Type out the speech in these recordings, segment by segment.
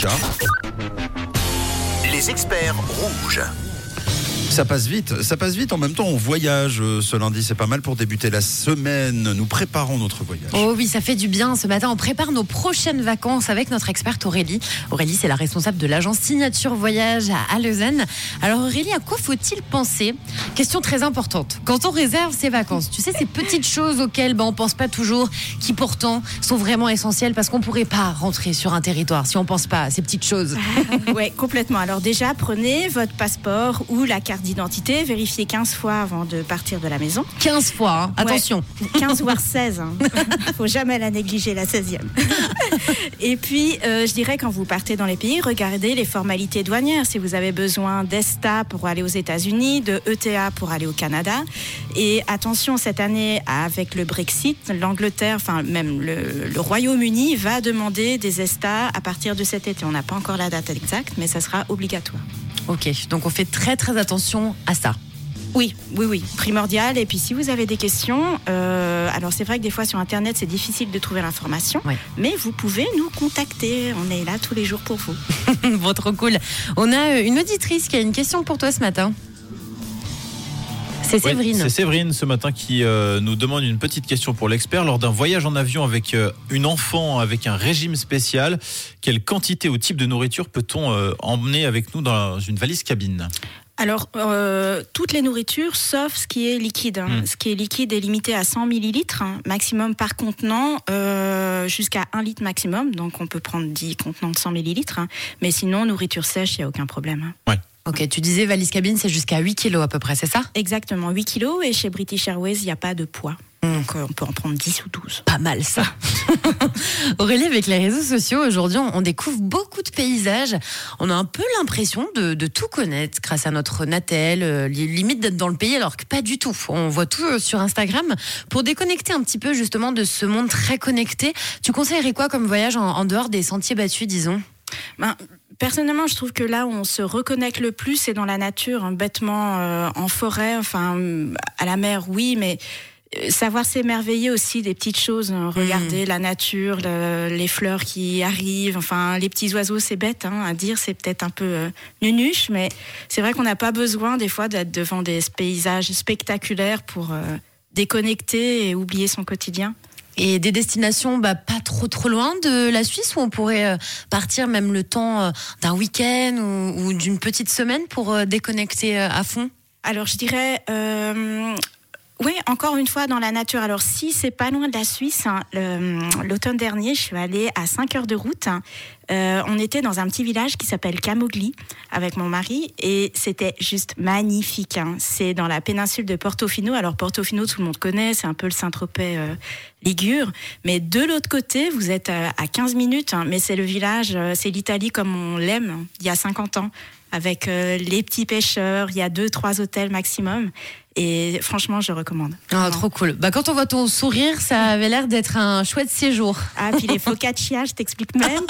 déjà. Les experts rouges. Ça passe vite. En même temps, on voyage ce lundi, c'est pas mal pour débuter la semaine. Nous préparons notre voyage. Oh oui, ça fait du bien. Ce matin, on prépare nos prochaines vacances avec notre experte Aurélie. Aurélie, c'est la responsable de l'agence Signature Voyage à Lausanne. Alors Aurélie, à quoi faut-il penser ? Question très importante. Quand on réserve ses vacances, tu sais, ces petites choses auxquelles on pense pas toujours, qui pourtant sont vraiment essentielles parce qu'on pourrait pas rentrer sur un territoire si on pense pas à ces petites choses. Oui, complètement. Alors déjà, prenez votre passeport ou la carte d'identité, vérifiez 15 fois avant de partir de la maison. 15 fois, hein. Attention. Ouais, 15 voire 16. Faut jamais la négliger, la 16e. Et puis, je dirais, quand vous partez dans les pays, regardez les formalités douanières. Si vous avez besoin d'ESTA pour aller aux États-Unis, de ETA pour aller au Canada. Et attention, cette année, avec le Brexit, l'Angleterre, enfin même le Royaume-Uni va demander des ESTA à partir de cet été. On n'a pas encore la date exacte, mais ça sera obligatoire. Ok, donc on fait très très attention à ça. Oui, primordial. Et puis si vous avez des questions, alors c'est vrai que des fois sur Internet c'est difficile de trouver l'information, mais vous pouvez nous contacter, on est là tous les jours pour vous. Bon, trop cool. On a une auditrice qui a une question pour toi ce matin. C'est Séverine. C'est Séverine ce matin qui nous demande une petite question pour l'expert. Lors d'un voyage en avion avec une enfant avec un régime spécial, quelle quantité ou type de nourriture peut-on emmener avec nous dans une valise cabine ? Alors, toutes les nourritures, sauf ce qui est liquide. Ce qui est liquide est limité à 100 millilitres, maximum par contenant, jusqu'à 1 litre maximum. Donc, on peut prendre 10 contenants de 100 millilitres. Mais sinon, nourriture sèche, il n'y a aucun problème. Ouais. Ok, tu disais valise cabine, c'est jusqu'à 8 kilos à peu près, c'est ça ? Exactement, 8 kilos. Et chez British Airways, il n'y a pas de poids. Donc, on peut en prendre 10 ou 12. Pas mal, ça. Aurélie, avec les réseaux sociaux, aujourd'hui, on découvre beaucoup de paysages. On a un peu l'impression de tout connaître grâce à notre Natel, limite d'être dans le pays, alors que pas du tout. On voit tout sur Instagram. Pour déconnecter un petit peu, justement, de ce monde très connecté, tu conseillerais quoi comme voyage en dehors des sentiers battus, disons ? Personnellement, je trouve que là où on se reconnecte le plus, c'est dans la nature, bêtement, en forêt, enfin, à la mer, oui, mais savoir s'émerveiller aussi des petites choses, regarder la nature, les fleurs qui arrivent, enfin, les petits oiseaux, c'est bête à dire, c'est peut-être un peu nunuche, mais c'est vrai qu'on n'a pas besoin des fois d'être devant des paysages spectaculaires pour déconnecter et oublier son quotidien. Et des destinations pas trop loin de la Suisse où on pourrait partir même le temps d'un week-end ou d'une petite semaine pour déconnecter à fond ? Alors je dirais... Oui, encore une fois dans la nature. Alors si c'est pas loin de la Suisse, l'automne dernier, je suis allée à 5 heures de route. On était dans un petit village qui s'appelle Camogli avec mon mari et c'était juste magnifique. C'est dans la péninsule de Portofino. Alors Portofino, tout le monde connaît, c'est un peu le Saint-Tropez Ligure. Mais de l'autre côté, vous êtes à 15 minutes, mais c'est le village, c'est l'Italie comme on l'aime il y a 50 ans. Avec les petits pêcheurs, il y a 2-3 hôtels maximum. Et franchement, je recommande. Ah, trop cool. Quand on voit ton sourire, ça avait l'air d'être un chouette séjour. Ah, puis les focaccia, je t'explique même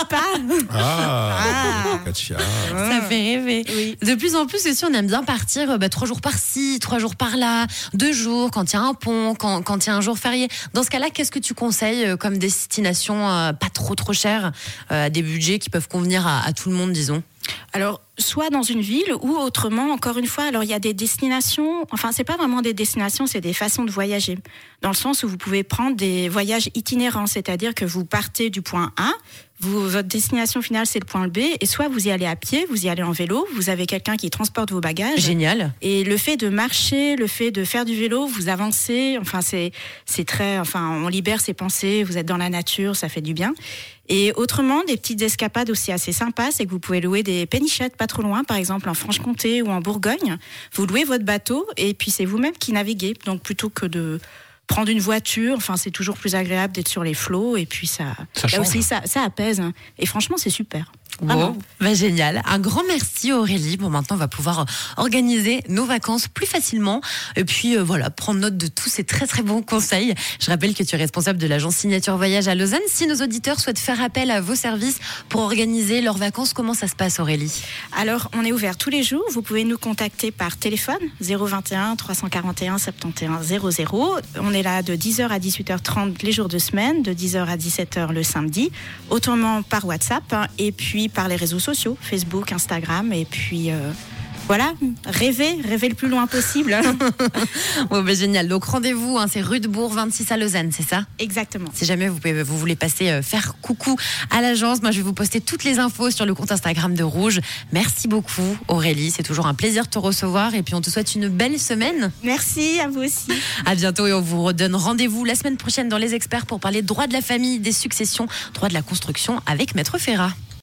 pas. Focaccia. Ça fait rêver. Oui. De plus en plus aussi, on aime bien partir 3 jours par-ci, 3 jours par-là, 2 jours, quand il y a un pont, quand il y a un jour férié. Dans ce cas-là, qu'est-ce que tu conseilles comme destination pas trop chère, des budgets qui peuvent convenir à tout le monde, disons ? Alors, soit dans une ville ou autrement, encore une fois, alors il y a des destinations, enfin c'est pas vraiment des destinations, c'est des façons de voyager. Dans le sens où vous pouvez prendre des voyages itinérants, c'est-à-dire que vous partez du point A, votre destination finale c'est le point B, et soit vous y allez à pied, vous y allez en vélo, vous avez quelqu'un qui transporte vos bagages. Génial. Et le fait de marcher, le fait de faire du vélo, vous avancez, enfin c'est très, enfin on libère ses pensées, vous êtes dans la nature, ça fait du bien. Et autrement, des petites escapades aussi assez sympas, c'est que vous pouvez louer des pénichettes pas trop loin, par exemple en Franche-Comté ou en Bourgogne. Vous louez votre bateau et puis c'est vous-même qui naviguez. Donc plutôt que de prendre une voiture, enfin c'est toujours plus agréable d'être sur les flots et puis ça aussi ça apaise. Et franchement, c'est super. Bon, génial. Un grand merci Aurélie. Bon, maintenant on va pouvoir organiser nos vacances plus facilement et puis prendre note de tous ces très très bons conseils. Je rappelle que tu es responsable de l'agence Signature Voyage à Lausanne. Si nos auditeurs souhaitent faire appel à vos services pour organiser leurs vacances, comment ça se passe Aurélie ? Alors, on est ouvert tous les jours. Vous pouvez nous contacter par téléphone 021 341 71 00. On On est là de 10h à 18h30 les jours de semaine, de 10h à 17h le samedi, autrement par WhatsApp et puis par les réseaux sociaux, Facebook, Instagram et puis... Voilà, rêver le plus loin possible. Génial. Donc rendez-vous, c'est rue de Bourg 26 à Lausanne, c'est ça ? Exactement. Si jamais vous voulez passer faire coucou à l'agence, moi je vais vous poster toutes les infos sur le compte Instagram de Rouge. Merci beaucoup Aurélie, c'est toujours un plaisir de te recevoir et puis on te souhaite une belle semaine. Merci, à vous aussi. À bientôt et on vous redonne rendez-vous la semaine prochaine dans Les Experts pour parler droit de la famille, des successions, droit de la construction avec Maître Ferrat.